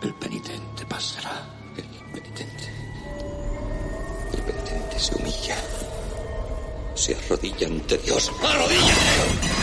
El penitente pasará. El penitente se humilla. Se arrodilla ante Dios. ¡Arrodíllate!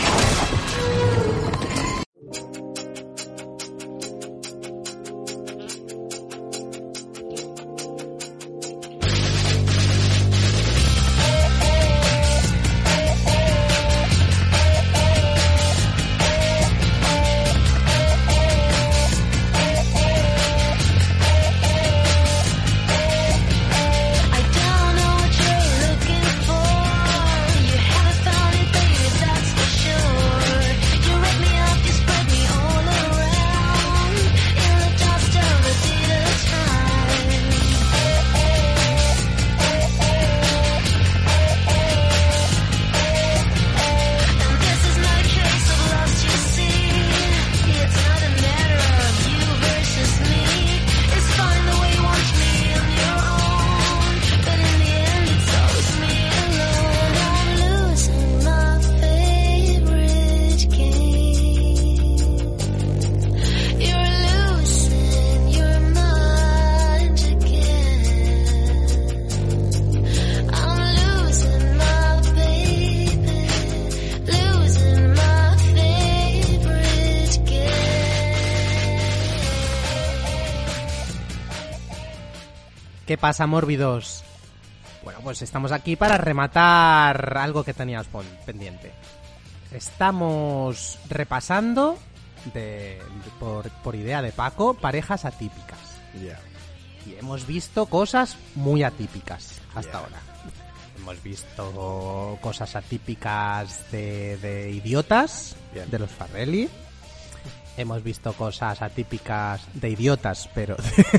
¿Qué pasa, mórbidos? Bueno, pues estamos aquí para rematar algo que teníamos pendiente. Estamos repasando, por idea de Paco, parejas atípicas. Yeah. Y hemos visto cosas muy atípicas hasta ahora. Hemos visto cosas atípicas de idiotas, de los Farrelly. Hemos visto cosas atípicas de idiotas, pero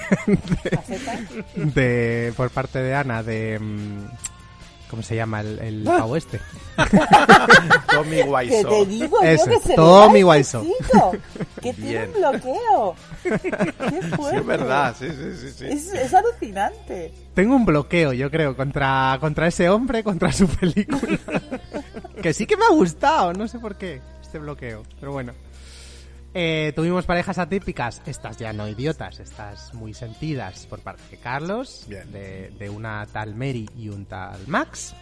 por parte de Ana, ¿cómo se llama el pavo este? Tommy Wiseau. Que te digo Eso, yo que se Tommy le va a ese Wiseau. chico, que tiene un bloqueo. Qué fuerte. Sí, es verdad, sí. Es alucinante. Tengo un bloqueo, yo creo, contra ese hombre, contra su película. Que sí que me ha gustado, no sé por qué, este bloqueo, pero bueno. Tuvimos parejas atípicas, estas ya no idiotas, estas muy sentidas por parte de Carlos, de una tal Mary y un tal Max.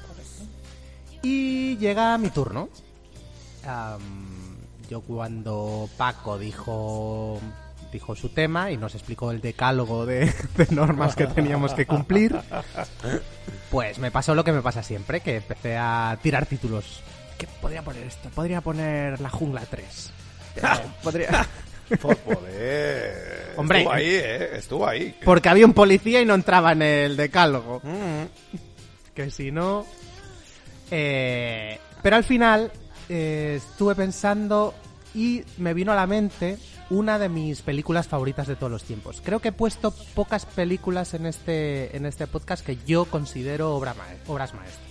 Y llega mi turno. Yo cuando Paco dijo su tema y nos explicó el decálogo de normas que teníamos que cumplir, pues me pasó lo que me pasa siempre, que empecé a tirar títulos. ¿Qué podría poner esto? Podría poner La Jungla 3. Podría... Por poder. Hombre, estuvo ahí. Porque había un policía y no entraba en el decálogo. Que si no... Pero al final estuve pensando y me vino a la mente una de mis películas favoritas de todos los tiempos. Creo que he puesto pocas películas en este podcast que yo considero obras maestras.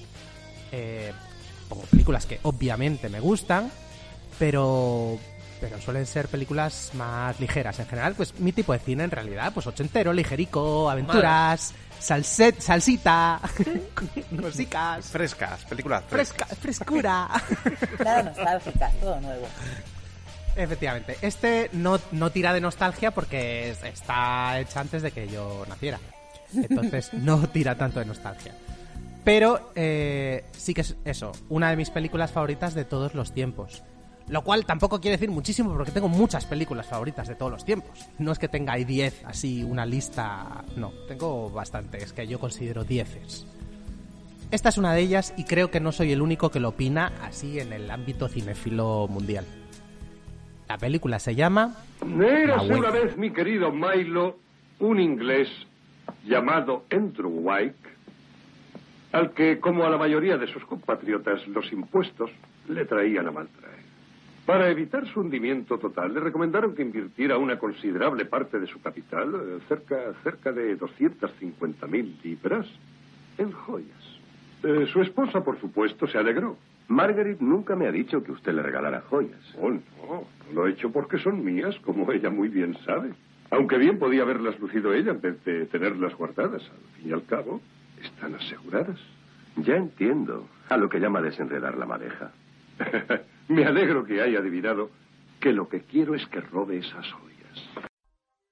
Pongo películas que obviamente me gustan, pero suelen ser películas más ligeras. En general, pues mi tipo de cine en realidad, pues ochentero, ligerico, aventuras, salsita, cosicas. Frescas, películas frescura. Nada nostálgica, todo nuevo. Efectivamente, este no tira de nostalgia porque está hecha antes de que yo naciera. Entonces no tira tanto de nostalgia. Pero sí que es eso, una de mis películas favoritas de todos los tiempos. Lo cual tampoco quiere decir muchísimo porque tengo muchas películas favoritas de todos los tiempos. No es que tenga ahí 10, así una lista... No, tengo bastantes que yo considero 10. Esta es una de ellas y creo que no soy el único que lo opina así en el ámbito cinéfilo mundial. La película se llama... Érase una vez, mi querido Milo, un inglés llamado Andrew White, al que, como a la mayoría de sus compatriotas, los impuestos le traían a maltraer. Para evitar su hundimiento total, le recomendaron que invirtiera una considerable parte de su capital, cerca de 250.000 libras, en joyas. Su esposa, por supuesto, se alegró. Margaret nunca me ha dicho que usted le regalara joyas. Oh, no lo he hecho porque son mías, como ella muy bien sabe. Aunque bien podía haberlas lucido ella en vez de tenerlas guardadas. Al fin y al cabo, están aseguradas. Ya entiendo, a lo que llama desenredar la madeja. Me alegro que haya adivinado que lo que quiero es que robe esas joyas.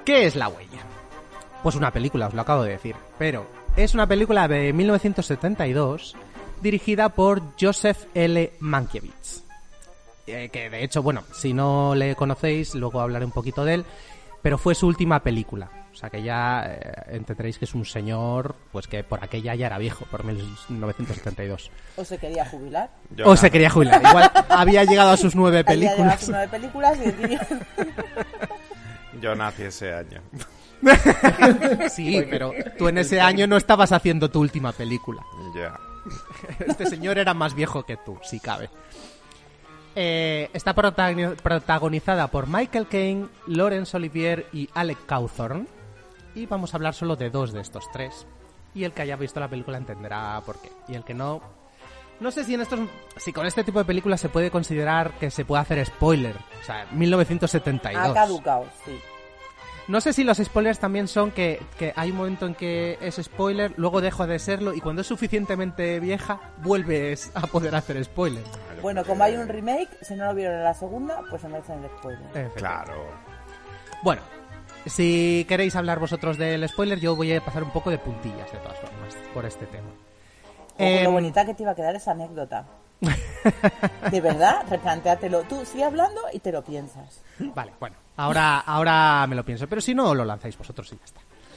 ¿Qué es La huella? Pues una película, os lo acabo de decir, pero es una película de 1972 dirigida por Joseph L. Mankiewicz. Que de hecho, bueno, si no le conocéis, luego hablaré un poquito de él, pero fue su última película. O sea que ya entenderéis que es un señor, pues que por aquella ya era viejo, por 1972. ¿O se quería jubilar? Se quería jubilar. Igual había llegado a sus 9 películas. Había llegado a sus 9 películas y decía... Yo nací ese año. Sí, pero tú en ese año no estabas haciendo tu última película. Ya. Este señor era más viejo que tú, si cabe. Está protagonizada por Michael Caine, Laurence Olivier y Alec Cawthorne. Y vamos a hablar solo de 2 de estos 3. Y el que haya visto la película entenderá por qué. Y el que no... No sé si con este tipo de películas se puede considerar que se puede hacer spoiler. O sea, 1972. Ha caducado, sí. No sé si los spoilers también son que hay un momento en que es spoiler, luego deja de serlo y cuando es suficientemente vieja vuelves a poder hacer spoiler. Bueno, como hay un remake, si no lo vieron en la segunda, pues se merecen el spoiler. Claro. Bueno, si queréis hablar vosotros del spoiler, yo voy a pasar un poco de puntillas de todas formas por este tema. Lo bonita que te iba a quedar esa anécdota. De verdad, replantéatelo. Tú sigue hablando y te lo piensas. Vale, bueno, ahora me lo pienso, pero si no, lo lanzáis vosotros y ya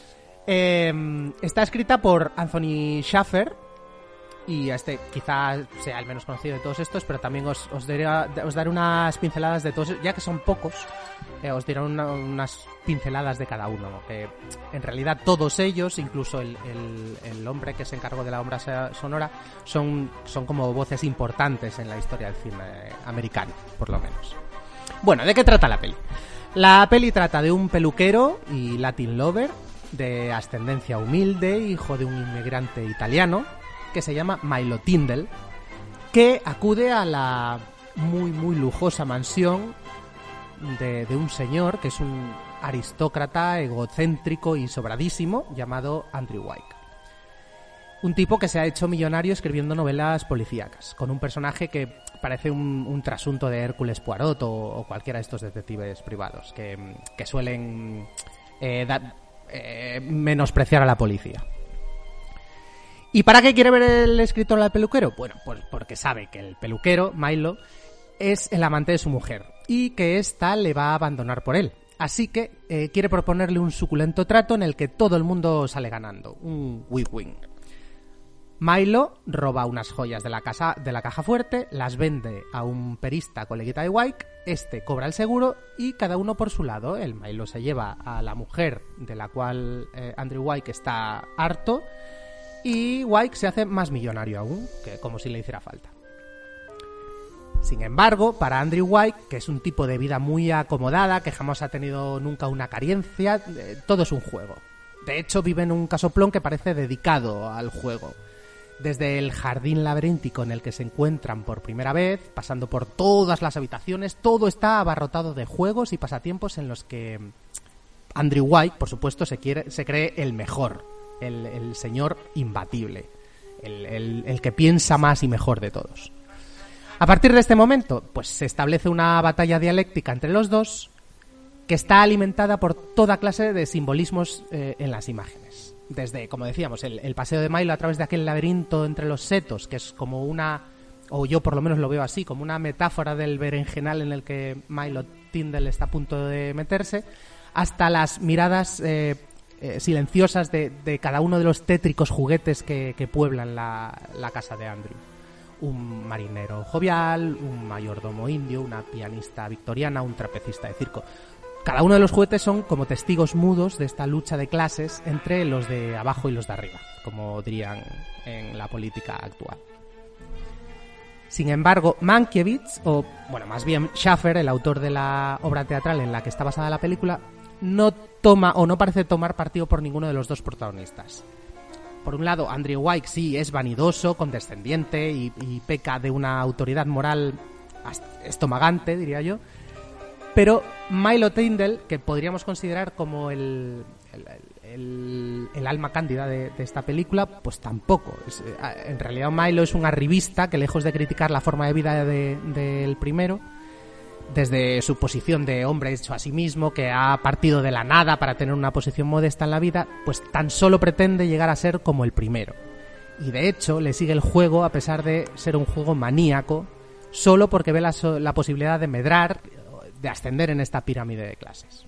está. Está escrita por Anthony Shaffer, y quizá sea el menos conocido de todos estos, pero también os daré unas pinceladas de todos, ya que son pocos, os diré unas pinceladas de cada uno, que en realidad todos ellos, incluso el hombre que se encargó de la banda sonora, son como voces importantes en la historia del cine americano, por lo menos. Bueno, ¿de qué trata la peli? La peli trata de un peluquero y Latin lover de ascendencia humilde, hijo de un inmigrante italiano, que se llama Milo Tindall, que acude a la muy muy lujosa mansión de un señor que es un aristócrata egocéntrico y sobradísimo llamado Andrew Wyke. Un tipo que se ha hecho millonario escribiendo novelas policíacas, con un personaje que parece un trasunto de Hércules Poirot o cualquiera de estos detectives privados que suelen menospreciar a la policía. ¿Y para qué quiere ver el escritor al peluquero? Bueno, pues porque sabe que el peluquero, Milo, es el amante de su mujer y que ésta le va a abandonar por él. Así que quiere proponerle un suculento trato en el que todo el mundo sale ganando, un win-win. Milo roba unas joyas de la caja fuerte, las vende a un perista coleguita de Wyke, este cobra el seguro y cada uno por su lado. El Milo se lleva a la mujer de la cual Andrew Wyke está harto y Wyke se hace más millonario aún, que como si le hiciera falta. Sin embargo, para Andrew Wyke, que es un tipo de vida muy acomodada, que jamás ha tenido nunca una carencia, todo es un juego. De hecho, vive en un casoplón que parece dedicado al juego. Desde el jardín laberíntico en el que se encuentran por primera vez, pasando por todas las habitaciones, todo está abarrotado de juegos y pasatiempos en los que Andrew Wyke, por supuesto, se cree el mejor, el señor imbatible, el que piensa más y mejor de todos. A partir de este momento, pues se establece una batalla dialéctica entre los dos que está alimentada por toda clase de simbolismos en las imágenes. Desde, como decíamos, el paseo de Milo a través de aquel laberinto entre los setos, que es como o yo por lo menos lo veo así, como una metáfora del berenjenal en el que Milo Tindall está a punto de meterse, hasta las miradas silenciosas de cada uno de los tétricos juguetes que pueblan la casa de Andrew. Un marinero jovial, un mayordomo indio, una pianista victoriana, un trapecista de circo. Cada uno de los juguetes son como testigos mudos de esta lucha de clases entre los de abajo y los de arriba, como dirían en la política actual. Sin embargo, Mankiewicz, o bueno, más bien Shaffer, el autor de la obra teatral en la que está basada la película, no toma o no parece tomar partido por ninguno de los dos protagonistas. Por un lado, Andrew Wyke sí es vanidoso, condescendiente y peca de una autoridad moral estomagante, diría yo. Pero Milo Tindall, que podríamos considerar como el alma cándida de esta película, pues tampoco. En realidad Milo es un arribista que, lejos de criticar la forma de vida del primero, desde su posición de hombre hecho a sí mismo, que ha partido de la nada para tener una posición modesta en la vida, pues tan solo pretende llegar a ser como el primero. Y de hecho le sigue el juego a pesar de ser un juego maníaco, solo porque ve la posibilidad de medrar, de ascender en esta pirámide de clases.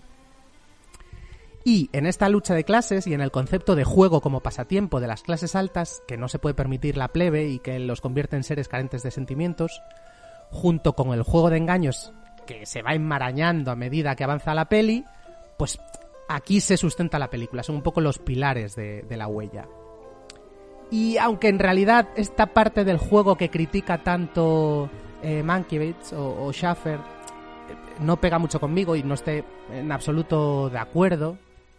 Y en esta lucha de clases y en el concepto de juego como pasatiempo de las clases altas, que no se puede permitir la plebe y que los convierte en seres carentes de sentimientos, junto con el juego de engaños que se va enmarañando a medida que avanza la peli, pues aquí se sustenta la película, son un poco los pilares de la huella. Y aunque en realidad esta parte del juego que critica tanto Mankiewicz o Schaffer no pega mucho conmigo y no esté en absoluto de acuerdo,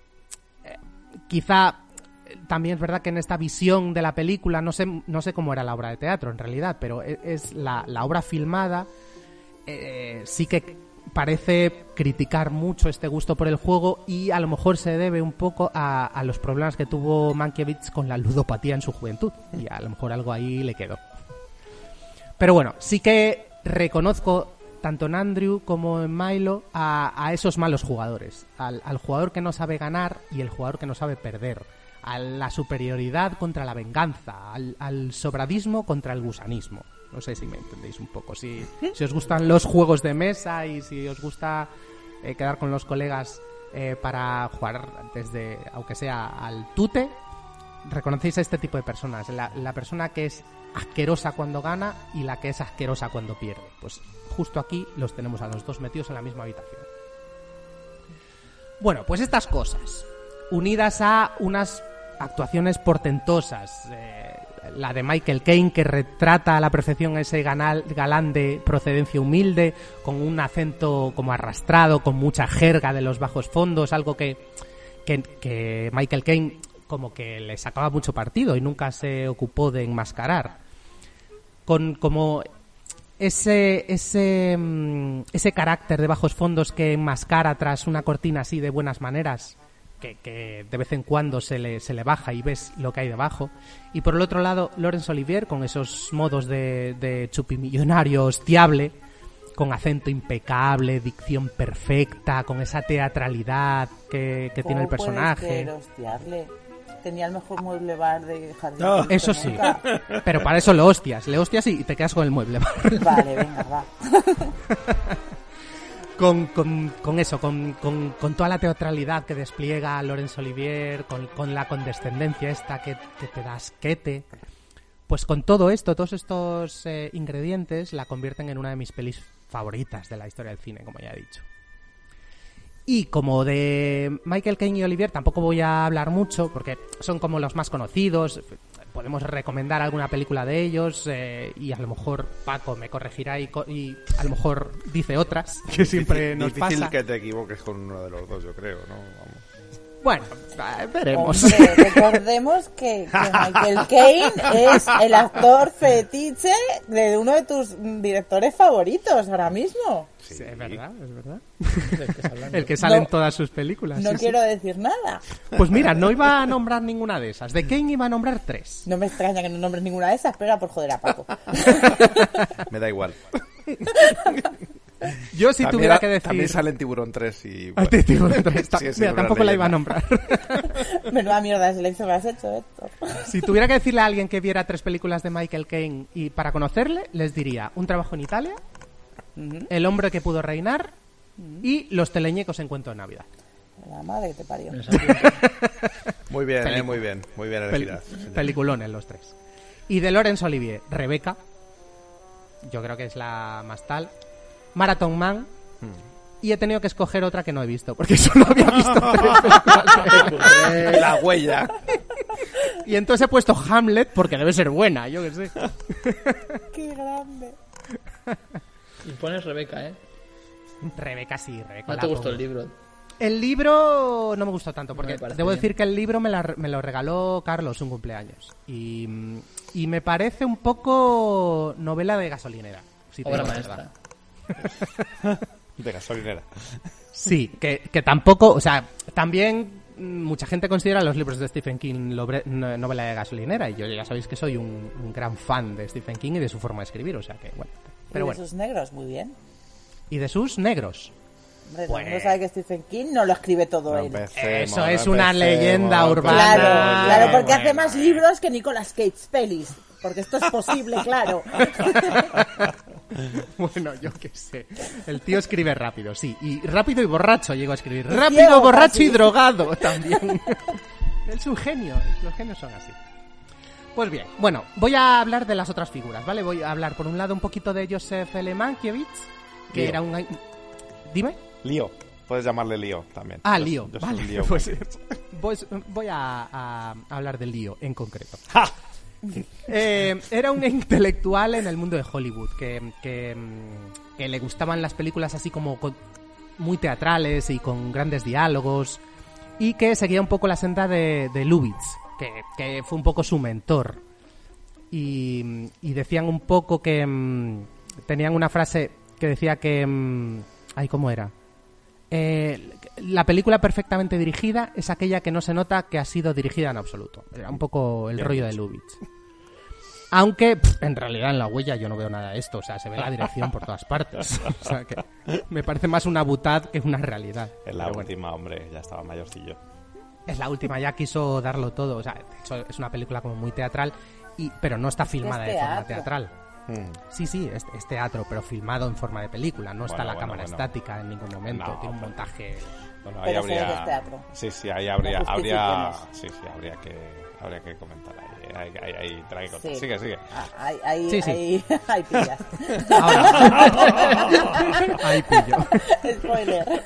quizá también es verdad que en esta visión de la película, no sé cómo era la obra de teatro en realidad, pero es la obra filmada, sí que parece criticar mucho este gusto por el juego y a lo mejor se debe un poco a los problemas que tuvo Mankiewicz con la ludopatía en su juventud, y a lo mejor algo ahí le quedó. Pero bueno, sí que reconozco tanto en Andrew como en Milo a esos malos jugadores, al jugador que no sabe ganar y el jugador que no sabe perder, a la superioridad contra la venganza, al sobradismo contra el gusanismo. No sé si me entendéis un poco. Si os gustan los juegos de mesa y si os gusta quedar con los colegas para jugar desde, aunque sea al tute, reconocéis a este tipo de personas. La persona que es asquerosa cuando gana y la que es asquerosa cuando pierde. Pues justo aquí los tenemos a los dos metidos en la misma habitación. Bueno, pues estas cosas, unidas a unas actuaciones portentosas, la de Michael Caine, que retrata a la perfección ese galán de procedencia humilde, con un acento como arrastrado, con mucha jerga de los bajos fondos, algo que Michael Caine como que le sacaba mucho partido y nunca se ocupó de enmascarar. Con como ese carácter de bajos fondos que enmascara tras una cortina así de buenas maneras, que de vez en cuando se le baja y ves lo que hay debajo. Y por el otro lado, Laurence Olivier, con esos modos de chupimillonario hostiable, con acento impecable, dicción perfecta, con esa teatralidad que tiene el personaje. ¿Cómo puede ser hostiable? Tenía el mejor mueble bar de jardín. No. Eso sí, pero para eso le hostias y te quedas con el mueble bar. Vale, venga, va. Con eso, con toda la teatralidad que despliega Laurence Olivier, con la condescendencia esta que te da asquete, pues con todo esto, todos estos ingredientes la convierten en una de mis pelis favoritas de la historia del cine, como ya he dicho. Y como de Michael Caine y Olivier tampoco voy a hablar mucho, porque son como los más conocidos. Podemos recomendar alguna película de ellos y a lo mejor Paco me corregirá y a lo mejor dice otras, que siempre nos pasa. Difícil que te equivoques con uno de los dos, yo creo, ¿no? Vamos. Bueno, veremos. Hombre, recordemos que Michael Caine es el actor fetiche de uno de tus directores favoritos ahora mismo. Sí, es verdad. El que sale en todas sus películas. No quiero decir nada. Pues mira, no iba a nombrar ninguna de esas. De Caine iba a nombrar 3. No me extraña que no nombres ninguna de esas, pero era por joder a Paco. Me da igual. Yo si también tuviera que decir... También sale en Tiburón 3 y... Bueno. Tiburón 3. Sí, mira, tampoco la iba a nombrar. Menuda mierda de selección me has hecho, Héctor. Si tuviera que decirle a alguien que viera 3 películas de Michael Caine y para conocerle, les diría Un trabajo en Italia, El hombre que pudo reinar y Los teleñecos en Cuento de Navidad. La madre que te parió. Muy bien, muy bien. Muy bien elegida. Peliculones los 3. Y de Laurence Olivier, Rebeca. Yo creo que es la más tal. Marathon Man. Y he tenido que escoger otra que no he visto, porque solo había visto 3 películas. La huella. Y entonces he puesto Hamlet porque debe ser buena, yo qué sé. ¡Qué grande! Y pones Rebeca, ¿eh? Rebeca sí, Rebeca. ¿No te gustó el libro? El libro no me gustó tanto, porque debo bien. decir que el libro me lo regaló Carlos un cumpleaños. Y me parece un poco novela de gasolinera. Si obra maestra. De gasolinera. Sí, que tampoco, o sea, también mucha gente considera los libros de Stephen King novela de gasolinera, y yo ya sabéis que soy un gran fan de Stephen King y de su forma de escribir, o sea que bueno. Pero y bueno. Besos negros, muy bien. y de sus negros. Hombre, todo el mundo sabe que Stephen King no lo escribe todo él. Eso es una leyenda urbana. Claro, porque hace más libros que Nicolas Cage pelis. Porque esto es posible, claro. Bueno, yo qué sé. El tío escribe rápido, sí. Y rápido y borracho llegó a escribir. Y Rápido, ciego, borracho casi. y drogado también. Es un genio. Los genios son así. Pues bien, bueno, voy a hablar de las otras figuras, ¿vale? Voy a hablar por un lado un poquito de Joseph L. Mankiewicz, que Lío. era un... Dime. Lío. Puedes llamarle Lío también. Ah, Yo- Lío. yo soy Vale, Lío. pues voy a hablar del Lío en concreto. ¡Ja! Era un intelectual en el mundo de Hollywood que le gustaban las películas así como muy teatrales y con grandes diálogos, y que seguía un poco la senda de Lubitsch, que fue un poco su mentor. Y decían un poco que tenían una frase que decía que... ay, ¿cómo era? La película perfectamente dirigida es aquella que no se nota que ha sido dirigida en absoluto. Era un poco el rollo de Lubitsch. Aunque, en realidad, en La Huella yo no veo nada de esto. O sea, se ve la dirección por todas partes. O sea, que me parece más una butad que una realidad. En la Pero bueno, última, hombre, ya estaba mayorcillo. es la última, ya quiso darlo todo. O sea, de hecho, es una película como muy teatral, pero no está filmada de forma teatral. Sí, es teatro, pero filmado en forma de película. No está la cámara estática en ningún momento. No, Tiene un montaje... Bueno, Pero se ve que es teatro. Sí, ahí No habría justifiquemos. habría que comentar ahí te la que contar. Sí. Sigue. Ahí pillas. Ahora. Ahí pillo. Spoiler.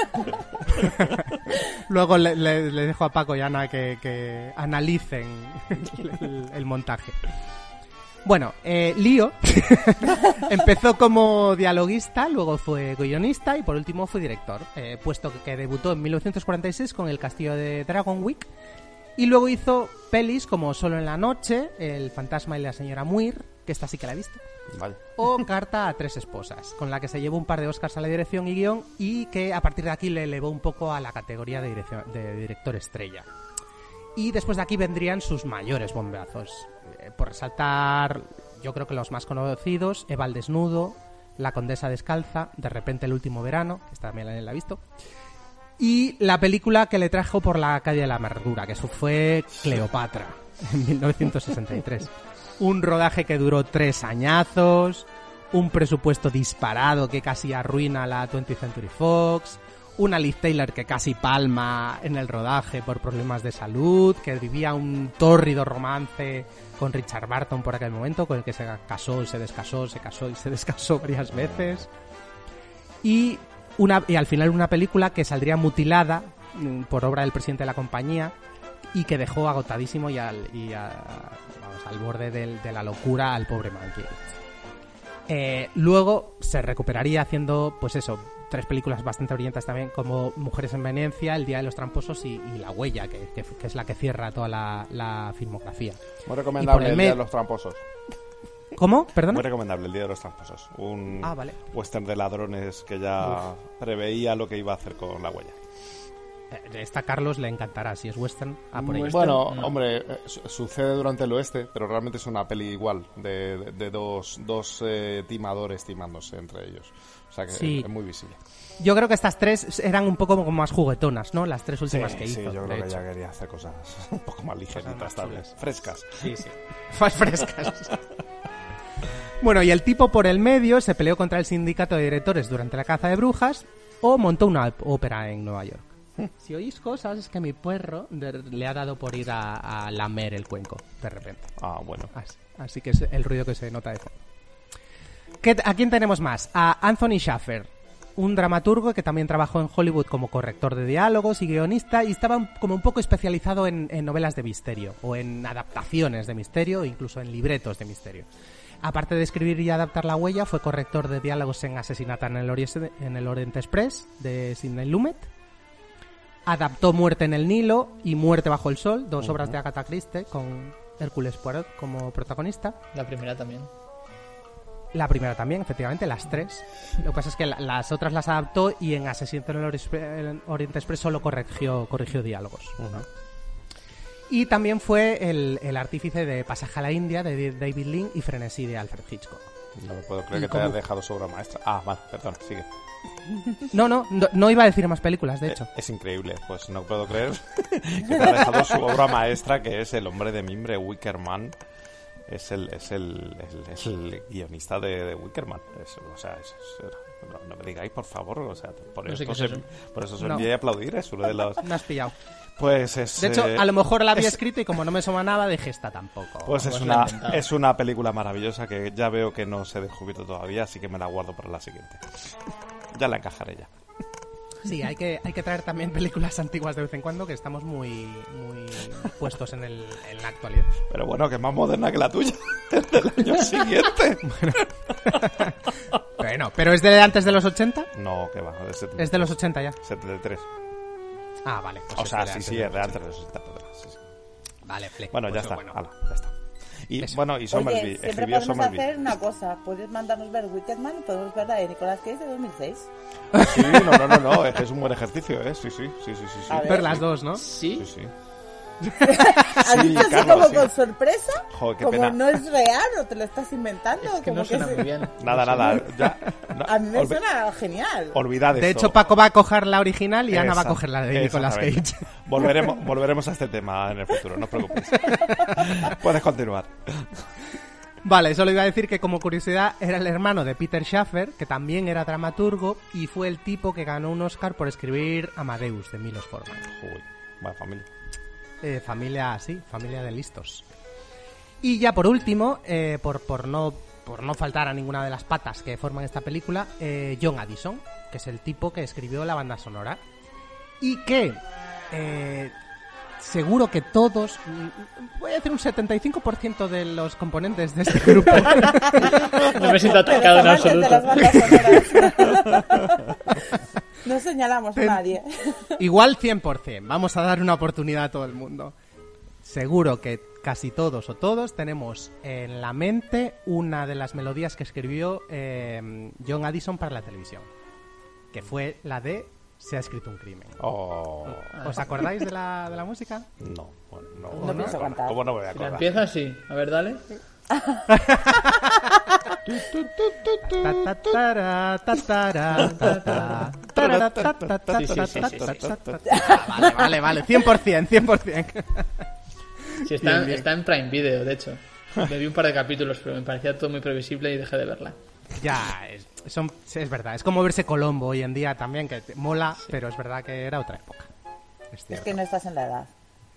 Luego le dejo a Paco y Ana que analicen el montaje. Bueno, Lío empezó como dialoguista, luego fue guionista y por último fue director, puesto que debutó en 1946 con El castillo de Dragonwyck y luego hizo pelis como Solo en la noche, El fantasma y la señora Muir, que esta sí que la he visto, Vale. o Carta a tres esposas, con la que se llevó un par de Oscars a la dirección y guión y que a partir de aquí le elevó un poco a la categoría de director estrella. Y después de aquí vendrían sus mayores bombazos. Por resaltar, yo creo que los más conocidos: Eva al desnudo, La condesa descalza, De repente el último verano, que esta también la he visto, y la película que le trajo por la calle de la amargura, que eso fue Cleopatra, en 1963. Un rodaje que duró 3 añazos, un presupuesto disparado que casi arruina la 20th Century Fox, una Liv Taylor que casi palma en el rodaje por problemas de salud, que vivía un tórrido romance con Richard Burton por aquel momento, con el que se casó y se descasó, se casó y se descasó varias veces. Y al final una película que saldría mutilada por obra del presidente de la compañía y que dejó agotadísimo vamos, al borde de la locura al pobre Mankiewicz. Luego se recuperaría haciendo, pues eso, 3 películas bastante brillantes también, como Mujeres en Venecia, El día de los tramposos y La huella, que es la que cierra toda la filmografía. Muy recomendable El día de los tramposos. ¿Cómo? ¿Perdona? Muy recomendable El día de los tramposos. Un vale. western de ladrones que ya preveía lo que iba a hacer con La huella. Esta Carlos le encantará, si es western, por ello. Bueno, hombre, sucede durante el oeste, pero realmente es una peli igual, de dos timadores timándose entre ellos. O sea que sí, es muy visible. Yo creo que estas 3 eran un poco como más juguetonas, ¿no? Las 3 últimas que hizo. Sí, yo creo que ya quería hacer cosas un poco más ligeritas, tal vez. Frescas. Sí. Más frescas. Bueno, y el tipo por el medio se peleó contra el sindicato de directores durante la caza de brujas o montó una ópera en Nueva York. Si oís cosas, es que mi perro le ha dado por ir a lamer el cuenco, de repente. Ah, bueno. Así que es el ruido que se nota de fondo. ¿A quién tenemos más? A Anthony Shaffer, un dramaturgo que también trabajó en Hollywood como corrector de diálogos y guionista, y estaba como un poco especializado en novelas de misterio, o en adaptaciones de misterio, o incluso en libretos de misterio. Aparte de escribir y adaptar La huella, fue corrector de diálogos en Asesinata en el Oriente Express, de Sidney Lumet. Adaptó Muerte en el Nilo y Muerte bajo el sol, 2 obras de Agatha Christie, con Hércules Poirot como protagonista. La primera también. La primera también, efectivamente, las 3. Lo que pasa es que las otras las adaptó y en Asesinato en el Oriente Express solo corrigió diálogos. Y también fue el artífice de Pasaje a la India de David Lean y Frenesí de Alfred Hitchcock. No me puedo creer que te hayas dejado su obra maestra. Ah, vale, perdón, sigue. No iba a decir más películas, de hecho. Es increíble, pues no puedo creer que te ha dejado su obra maestra, que es El hombre de mimbre, Wicker Man. Es el guionista de Wicker Man. No me digáis, por favor. O sea, por eso se envía a aplaudir. Es uno de los... Me has pillado. Pues es... De hecho, a lo mejor la había escrito y como no me sonaba, dije esta tampoco. Pues es una película maravillosa que ya veo que no se ha descubierto todavía, así que me la guardo para la siguiente. Ya la encajaré ya. Sí, hay que traer también películas antiguas de vez en cuando, que estamos muy puestos en la actualidad. Pero bueno, que es más moderna que la tuya. Es del año siguiente. Bueno, ¿pero es de antes de los 80? No, que va. Es de los 80 ya. 73. Ah, vale. Pues o sea, sí, es de antes de los 70. Sí. Vale, fle. Bueno, pues ya está. Bueno. Hala, ya está. Y Eso. bueno, y Somerville. Oye, siempre Escribió podemos Somerville. hacer una cosa. Puedes mandarnos ver Wickedman y podemos ver la de Nicolas Cage de 2006. Sí, no, es un buen ejercicio, ¿eh? Sí. A Ver las dos, ¿no? Sí. Sí. ¿Has dicho así Carlos, como sí. con sorpresa? Joder, qué como pena. no es real o te lo estás inventando. Es que como no suena se- muy bien. Nada. Ya, no, A mí me suena genial. Olvidad De esto. hecho, Paco va a coger la original y Ana va a Exacto, coger la de Nicolas exactamente. Cage. Volveremos a este tema en el futuro, no os preocupéis. Puedes continuar. Vale, solo iba a decir que como curiosidad era el hermano de Peter Schaffer, que también era dramaturgo y fue el tipo que ganó un Oscar por escribir Amadeus de Milos Forman. Uy, buena familia. Familia de listos. Y ya por último, por no faltar a ninguna de las patas que forman esta película, John Addison, que es el tipo que escribió la banda sonora y que seguro que todos, voy a decir un 75% de los componentes de este grupo No me siento atacado en Los amantes de absoluto. las bandas sonoras. No señalamos a nadie. igual 100%, vamos a dar una oportunidad a todo el mundo. Seguro que casi todos o todos tenemos en la mente una de las melodías que escribió John Addison para la televisión, que fue la de Se ha escrito un crimen. Oh, ¿Os acordáis de la música? no, bueno, No pienso cantar. ¿Cómo no me voy a Si la acordar? empieza así. A ver, dale. Vale, 100%. Si está en Prime Video, de hecho. Me vi un par de capítulos, pero me parecía todo muy previsible y dejé de verla. Ya, es verdad. Es como verse Colombo hoy en día también, que mola, pero es verdad que era otra época. Es Es cierto. que no estás en la edad.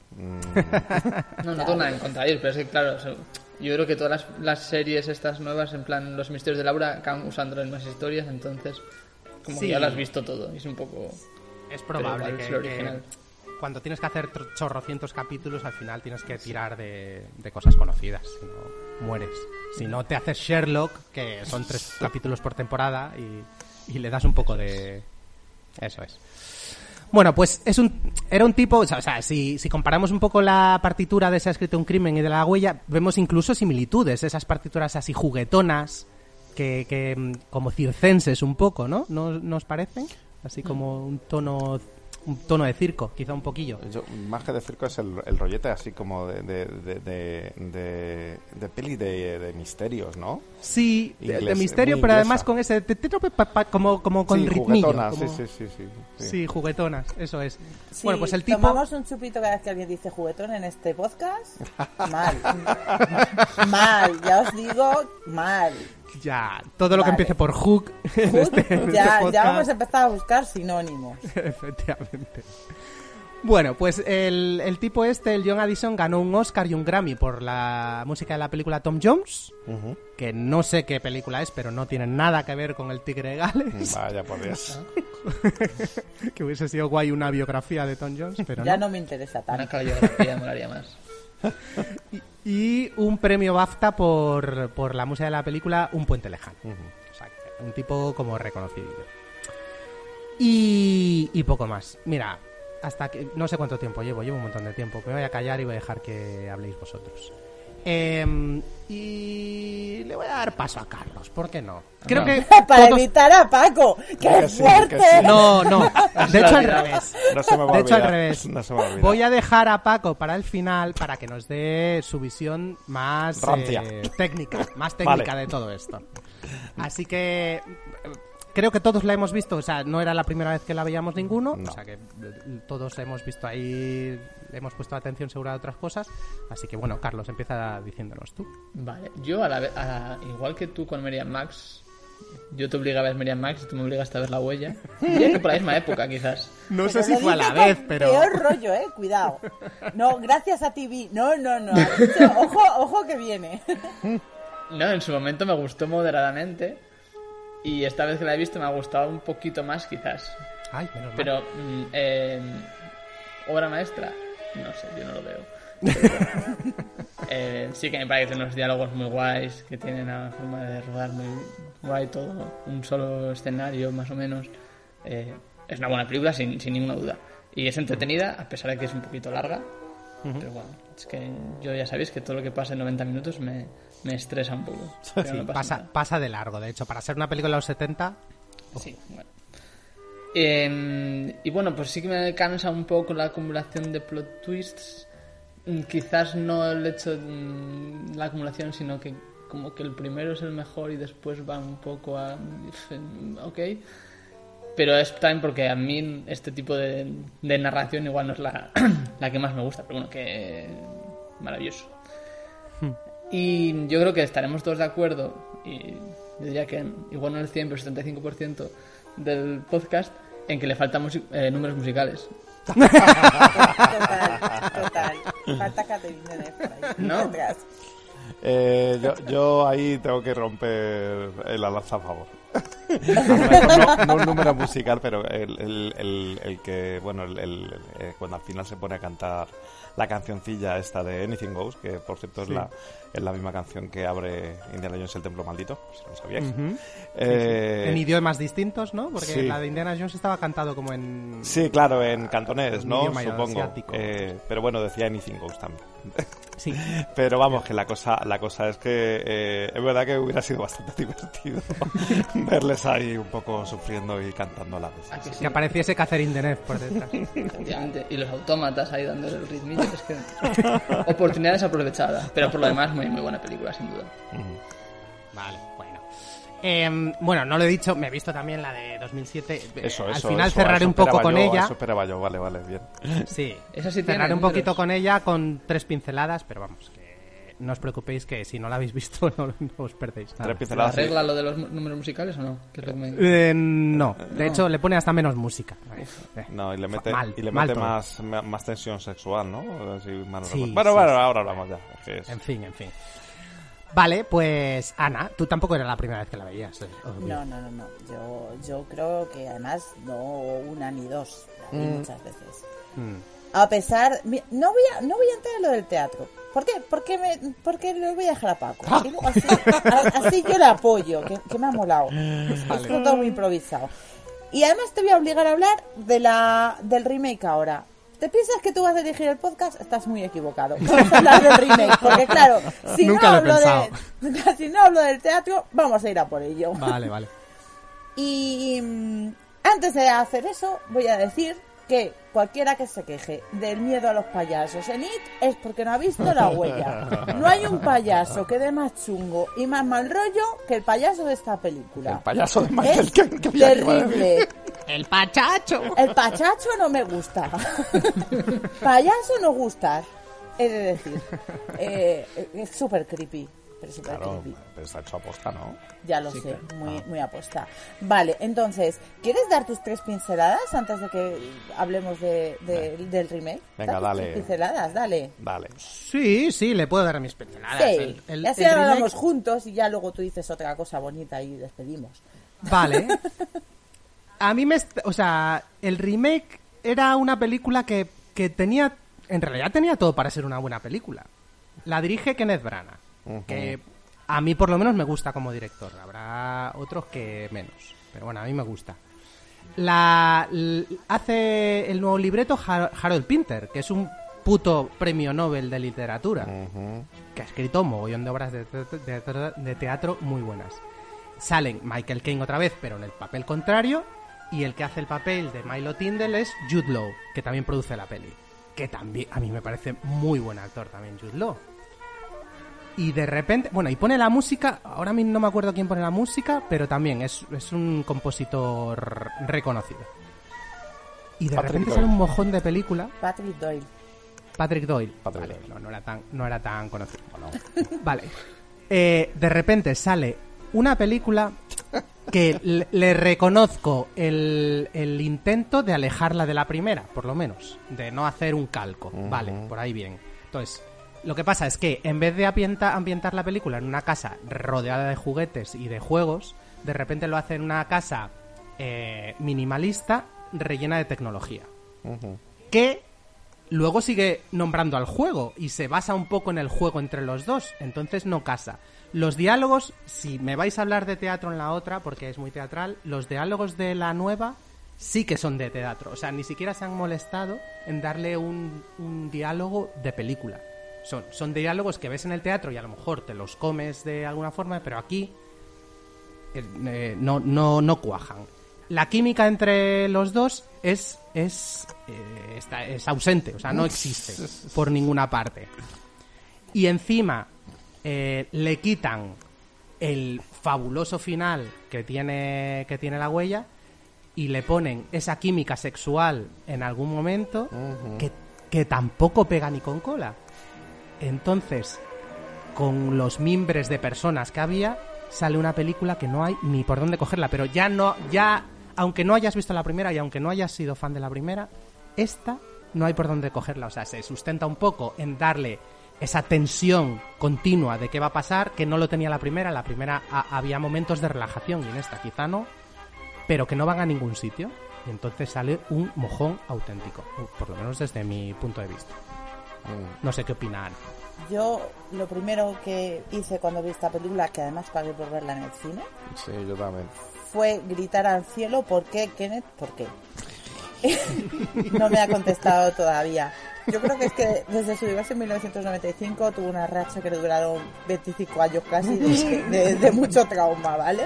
No tengo nada en contra de ellos, pero es que, claro, o sea, yo creo que todas las series estas nuevas, en plan Los Misterios de Laura, acaban usando las mismas historias, entonces como Sí. que ya lo has visto todo. Y es un poco... Es probable Pero igual es lo original. cuando tienes que hacer chorrocientos capítulos, al final tienes que tirar de cosas conocidas, si no mueres. Si no te haces Sherlock, que son 3 capítulos por temporada, y le das un poco de... Eso es. Bueno, pues era un tipo, o sea, si comparamos un poco la partitura de Se ha escrito un crimen y de La huella, vemos incluso similitudes, esas partituras así juguetonas, que como circenses un poco, ¿no? ¿No os parecen? Así como un tono de circo, quizá un poquillo. Más que de circo es el rollete así como de peli de misterios, ¿no? Sí, de Inglés, misterio, muy pero inglesa. además con ese como con Sí, ritmillo. juguetonas, como- sí. Sí, juguetonas, eso es. Si Bueno, pues el tipo... tomamos un chupito cada vez que alguien dice juguetón en este podcast, mal, ya os digo, mal. Ya, todo lo que Vale. empiece por hook en este Ya podcast. vamos a empezar a buscar sinónimos. Efectivamente. Bueno, pues el tipo el John Addison, ganó un Oscar y un Grammy por la música de la película Tom Jones, que no sé qué película es, pero no tiene nada que ver con el Tigre de Gales. Vaya, por Dios. Que hubiese sido guay una biografía de Tom Jones, pero Ya no. no me interesa Una tanto. coreografía molaría más. Y un premio BAFTA por la música de la película Un puente lejano. O sea, que un tipo como reconocido. Y poco más. Mira, hasta que no sé cuánto tiempo llevo un montón de tiempo. Me voy a callar y voy a dejar que habléis vosotros. Y le voy a dar paso a Carlos, ¿por qué no? Creo que Para evitar a Paco. ¡Qué fuerte! que sí. No. De hecho, al revés. No se me va a De hecho, al olvidar. revés. No se me va a olvidar. Voy a dejar a Paco para el final para que nos dé su visión más Rancia. técnica, más técnica Vale. de todo esto. Así que creo que todos la hemos visto, o sea, no era la primera vez que la veíamos ninguno, No. o sea que todos hemos visto ahí, hemos puesto atención segura a otras cosas, así que bueno, Carlos, empieza diciéndonos tú. Vale, yo igual que tú con Merian Max, yo te obligaba a ver Merian Max y tú me obligaste a ver La Huella. Diría que por la misma época, quizás. No Pero sé si lo fue a dice la vez, con pero... Peor rollo, cuidado. No, gracias a TV. No. Ha dicho, ojo que viene. No, en su momento me gustó moderadamente. Y esta vez que la he visto me ha gustado un poquito más, quizás. Ay, menos mal. Pero, obra maestra, no sé, yo no lo veo. Pero, sí que me parecen unos diálogos muy guays, que tienen una forma de rodar muy guay todo, un solo escenario más o menos. Es una buena película sin ninguna duda. Y es entretenida, a pesar de que es un poquito larga. Pero bueno, es que yo ya sabéis que todo lo que pasa en 90 minutos me estresa un poco. Pero Sí, no pasa nada. pasa de largo, de hecho, para ser una película de los 70... Sí, bueno. Y bueno, pues sí que me cansa un poco la acumulación de plot twists. Quizás no el hecho de la acumulación, sino que como que el primero es el mejor y después va un poco a... Ok. Pero es también porque a mí este tipo de narración igual no es la que más me gusta, pero bueno, que maravilloso. Y yo creo que estaremos todos de acuerdo, y yo diría que igual no el 100, pero el 75% del podcast, en que le faltan números musicales. Total. Falta Catherine Deneuve por ahí. No. Detrás. Yo ahí tengo que romper el lanza a favor. A lo mejor no un número musical, pero el que, bueno, cuando al final se pone a cantar la cancioncilla esta de Anything Goes, que por cierto es la misma canción que abre Indiana Jones el Templo Maldito, si no lo sabíais. En idiomas distintos, ¿no? Porque sí. la de Indiana Jones estaba cantado como en... Sí, claro, en cantonés, un ¿no? idioma Supongo. asiático. Pero bueno, decía Anything Goes también. Sí. Pero vamos, que la cosa es que es verdad que hubiera sido bastante divertido verles ahí un poco sufriendo y cantando a la vez. ¿A que sí? Que apareciese Catherine Deneuve por detrás. Efectivamente. Y los autómatas ahí dándole el ritmillo. Es que oportunidad desaprovechada. Pero por lo demás, muy, muy buena película, sin duda. Vale, bueno. Bueno, no lo he dicho, me he visto también la de 2007. Eso, Al final cerraré eso un poco esperaba con yo, ella. Eso esperaba yo, vale, bien. Sí, Esa sí tiene cerraré un poquito números. con ella con 3 pinceladas, pero vamos, que no os preocupéis que si no la habéis visto no os perdéis nada. 3 ¿Se pinceladas. sí. arregla lo de los números musicales o no? ¿Qué es lo que me... No, de hecho le pone hasta menos música. No, y le mete, Mal, y le mal mete todo. más tensión sexual, ¿no? Si mal no Sí, recuerdo. Bueno, ahora hablamos ya. Que es- En fin. Vale, pues Ana, tú tampoco era la primera vez que la veías. No. Yo creo que además no una ni dos, la vi muchas veces. A pesar, no voy a entrar en lo del teatro. ¿Por qué? Porque lo voy a dejar a Paco. Así yo le apoyo, que me ha molado. Es todo muy improvisado. Y además te voy a obligar a hablar del remake ahora. ¿Te piensas que tú vas a dirigir el podcast? Estás muy equivocado. Vamos a hablar del remake, porque claro, si Nunca lo he pensado. si no hablo del teatro, vamos a ir a por ello. Vale. Y antes de hacer eso, voy a decir que cualquiera que se queje del miedo a los payasos en IT es porque no ha visto La Huella. No hay un payaso que dé más chungo y más mal rollo que el payaso de esta película. El payaso de Michael Es Caine, que veía que va a decir. terrible. ¡El pachacho! El pachacho no me gusta. Payaso no gusta. He de decir. Es súper creepy. Pero súper Claro, creepy. pero está hecho a posta, ¿no? Ya lo Sí, sé, claro. muy aposta. Vale, entonces, ¿quieres dar tus 3 pinceladas antes de que hablemos del remake? Venga, Da tus dale. 3 pinceladas, dale. Vale. Sí, le puedo dar mis pinceladas. Sí, y así el hablamos remake- juntos y ya luego tú dices otra cosa bonita y despedimos. Vale. A mí o sea, el remake era una película que tenía... En realidad tenía todo para ser una buena película. La dirige Kenneth Branagh, que a mí por lo menos me gusta como director. Habrá otros que menos, pero bueno, a mí me gusta. Hace el nuevo libreto Harold Pinter, que es un puto premio Nobel de literatura, que ha escrito un mogollón de obras de teatro muy buenas. Salen Michael Caine otra vez, pero en el papel contrario, y el que hace el papel de Milo Tyndall es Jude Law, que también produce la peli, que también a mí me parece muy buen actor también Jude Law. Y de repente, bueno, y pone la música, ahora mismo no me acuerdo quién pone la música, pero también es un compositor reconocido. Y de repente sale un mojón de película. Patrick Doyle. Vale, no era tan conocido. Vale. De repente sale una película que le reconozco el intento de alejarla de la primera, por lo menos. De no hacer un calco. Vale, por ahí bien. Entonces, lo que pasa es que en vez de ambientar la película en una casa rodeada de juguetes y de juegos, de repente lo hace en una casa minimalista rellena de tecnología. Que luego sigue nombrando al juego y se basa un poco en el juego entre los dos, entonces no casa. Los diálogos, si me vais a hablar de teatro en la otra, porque es muy teatral, los diálogos de la nueva sí que son de teatro. O sea, ni siquiera se han molestado en darle un diálogo de película. Son diálogos que ves en el teatro y a lo mejor te los comes de alguna forma, pero aquí no cuajan. La química entre los dos es ausente, o sea, no existe por ninguna parte. Y encima le quitan el fabuloso final que tiene la huella y le ponen esa química sexual en algún momento que tampoco pega ni con cola. Entonces, con los mimbres de personas que había, sale una película que no hay ni por dónde cogerla. Pero aunque no hayas visto la primera y aunque no hayas sido fan de la primera, esta no hay por dónde cogerla. O sea, se sustenta un poco en darle esa tensión continua de qué va a pasar, que no lo tenía la primera. La primera había momentos de relajación y en esta quizá no, pero que no van a ningún sitio. Y entonces sale un mojón auténtico, por lo menos desde mi punto de vista. No sé qué opinan. Yo lo primero que hice cuando vi esta película, que además pagué por verla en el cine, sí, yo también, fue gritar al cielo: ¿por qué, Kenneth? ¿Por qué? No me ha contestado todavía. Yo creo que es que desde su divorcio en 1995 tuvo una racha que le duraron 25 años casi de mucho trauma, ¿vale?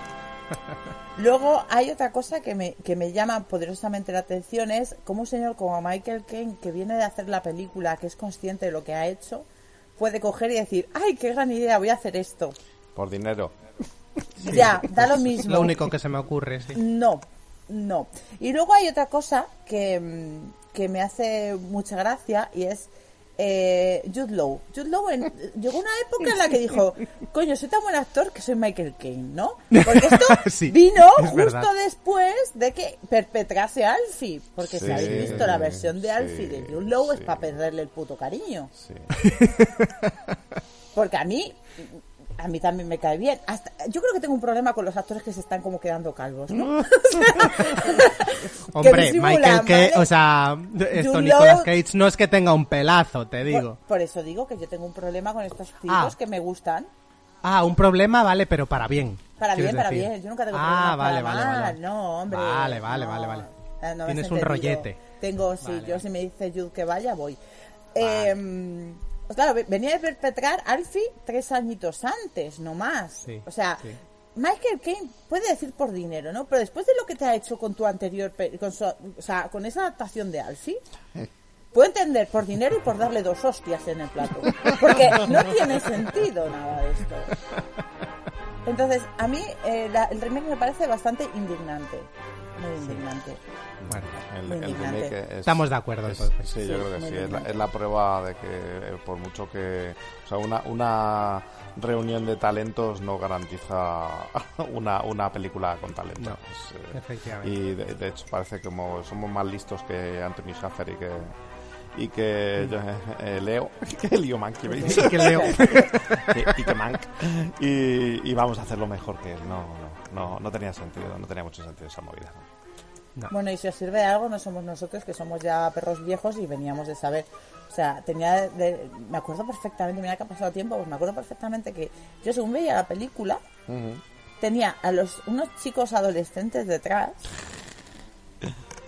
Luego hay otra cosa que me llama poderosamente la atención, es cómo un señor como Michael Caine, que viene de hacer la película, que es consciente de lo que ha hecho, puede coger y decir: ¡ay, qué gran idea, voy a hacer esto! Por dinero. Sí. Ya, da lo mismo. Lo único que se me ocurre, sí. No. Y luego hay otra cosa que me hace mucha gracia, y es Jude Law. Llegó una época en la que dijo: coño, soy tan buen actor que soy Michael Caine, ¿no? Porque esto sí, vino justo verdad. Después de que perpetrase a Alfie. Porque si habéis visto la versión de Alfie de Jude Law, es para perderle el puto cariño. Sí. Porque a mí también me cae bien. Yo creo que tengo un problema con los actores que se están como quedando calvos, ¿no? Hombre, Michael Caine, ¿vale? O sea, esto Nicolas Cage no es que tenga un pelazo, te digo. Por eso digo que yo tengo un problema con estos tipos que me gustan. Un problema, vale, pero para bien. Para bien. Yo nunca tengo problemas vale, para mal. Vale. No, hombre. Vale. No, tienes un rollete. Tengo, sí, vale. Yo si me dice Jude que vaya, voy. Vale. Pues claro, venía de perpetrar Alfie 3 añitos antes, no más. Sí, o sea, sí. Michael Caine puede decir por dinero, ¿no? Pero después de lo que te ha hecho con tu anterior, con esa adaptación de Alfie, puedo entender por dinero y por darle 2 hostias en el plato. Porque no tiene sentido nada de esto. Entonces, a mí el remake me parece bastante indignante. Muy indignante. Bueno, el remake estamos de acuerdo. Sí, yo creo que sí. Es la prueba de que por mucho que... O sea, una reunión de talentos no garantiza una película con talento. No, efectivamente. Y de hecho parece como somos más listos que Anthony Schaffer y que Leo, que Leo Mank, que Leo y que Mank, y vamos a hacerlo mejor que él. No tenía sentido, no tenía mucho sentido esa movida. No. Bueno, y si os sirve de algo, no somos nosotros, que somos ya perros viejos y veníamos de saber. O sea, me acuerdo perfectamente, mira que ha pasado tiempo, pues me acuerdo perfectamente que yo, según veía la película, tenía unos chicos adolescentes detrás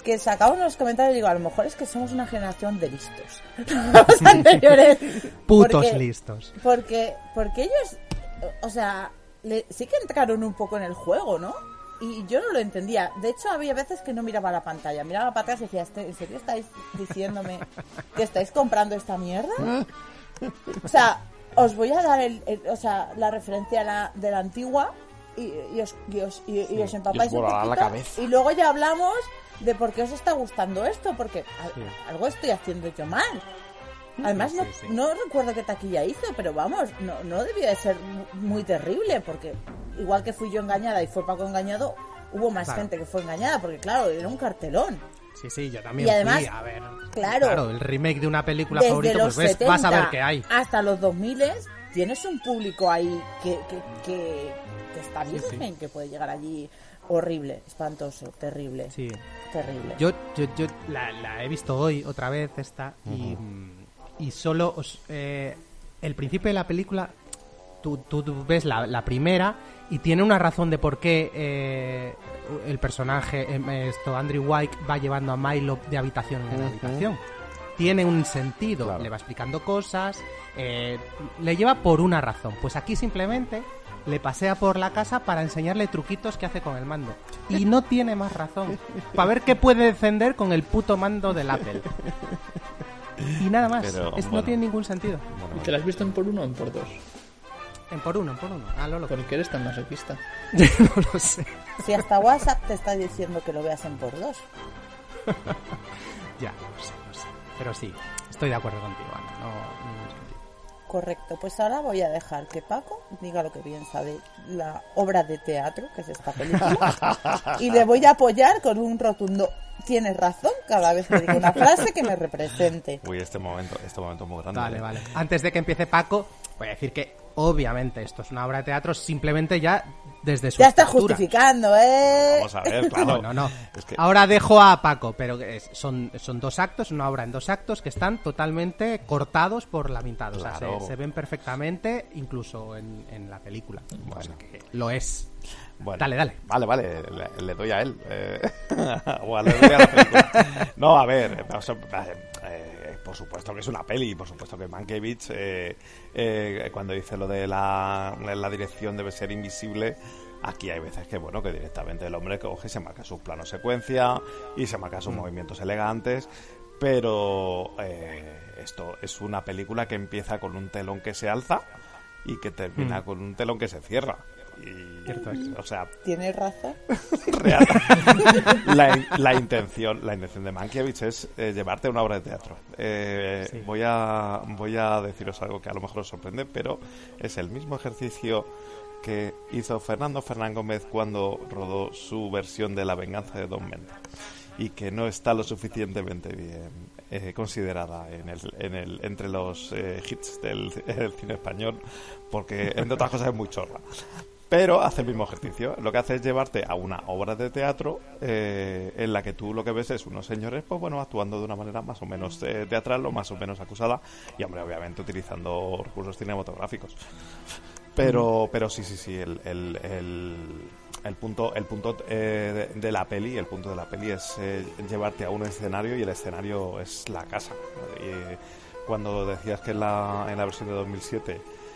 que sacaba unos comentarios y digo, a lo mejor es que somos una generación de listos. Los anteriores. Putos listos. Porque ellos, o sea, sí que entraron un poco en el juego, ¿no? Y yo no lo entendía. De hecho, había veces que no miraba la pantalla. Miraba para atrás y decía, ¿en serio estáis diciéndome que estáis comprando esta mierda? O sea, os voy a dar la referencia de la antigua y os empapáis un poquito. La cabeza. Y luego ya hablamos de por qué os está gustando esto, porque algo estoy haciendo yo mal. Además, no recuerdo qué taquilla hizo, pero vamos, no debía de ser muy terrible, porque igual que fui yo engañada y fue Paco engañado, hubo más gente que fue engañada, porque claro, era un cartelón. Sí, yo también y además, fui a ver. Claro, el remake de una película desde favorita, los pues 70 vas a ver qué hay. hasta los 2000 tienes un público ahí que está virgen, que puede llegar allí horrible, espantoso, terrible. Sí. Terrible. Yo la he visto hoy otra vez esta y solo el principio de la película tú ves la primera y tiene una razón de por qué el personaje Andrew White va llevando a Milo de habitación en habitación. Tiene un sentido, claro. Le va explicando cosas, le lleva por una razón. Pues aquí simplemente le pasea por la casa para enseñarle truquitos que hace con el mando. Y no tiene más razón. Para ver qué puede defender con el puto mando del Apple. Y nada más. Pero, no tiene ningún sentido. ¿Y te la has visto en por 1 o en por 2? En por uno. Ah, Lolo. ¿Por qué eres tan masoquista? No lo sé. Si hasta WhatsApp te está diciendo que lo veas en por 2. Ya, no sé. Pero sí, estoy de acuerdo contigo, Ana. No ningún sentido. Correcto, pues ahora voy a dejar que Paco diga lo que piensa de la obra de teatro, que es esta película, y le voy a apoyar con un rotundo tienes razón cada vez que diga una frase que me represente. Uy, este momento es muy grande. Vale. Antes de que empiece Paco, voy a decir que obviamente esto es una obra de teatro simplemente ya desde su ya está estructura. Justificando, Vamos a ver, claro. No. Es que... Ahora dejo a Paco, pero son 2 actos, una obra en 2 actos que están totalmente cortados por la mitad. Claro. O sea, se ven perfectamente incluso en la película. Bueno. O sea, que lo es. Bueno, dale. Vale, le doy a él. O le doy a la película. No, a ver, por supuesto que es una peli, por supuesto que Mankiewicz, cuando dice lo de la dirección debe ser invisible, aquí hay veces que directamente el hombre coge y se marca sus planos secuencia y se marca sus movimientos elegantes, pero esto es una película que empieza con un telón que se alza y que termina con un telón que se cierra. Y, o sea, ¿tienes razón? La intención de Mankiewicz es llevarte a una obra de teatro. Sí. Voy a deciros algo que a lo mejor os sorprende, pero es el mismo ejercicio que hizo Fernando Fernán Gómez cuando rodó su versión de La venganza de Don Mendel, y que no está lo suficientemente bien considerada entre los hits del cine español, porque entre otras cosas es muy chorra. Pero hace el mismo ejercicio. Lo que hace es llevarte a una obra de teatro en la que tú lo que ves es unos señores, actuando de una manera más o menos teatral o más o menos acusada, y hombre, obviamente utilizando recursos cinematográficos. Pero sí, el punto de la peli, es llevarte a un escenario, y el escenario es la casa. Cuando decías que en la versión de 2007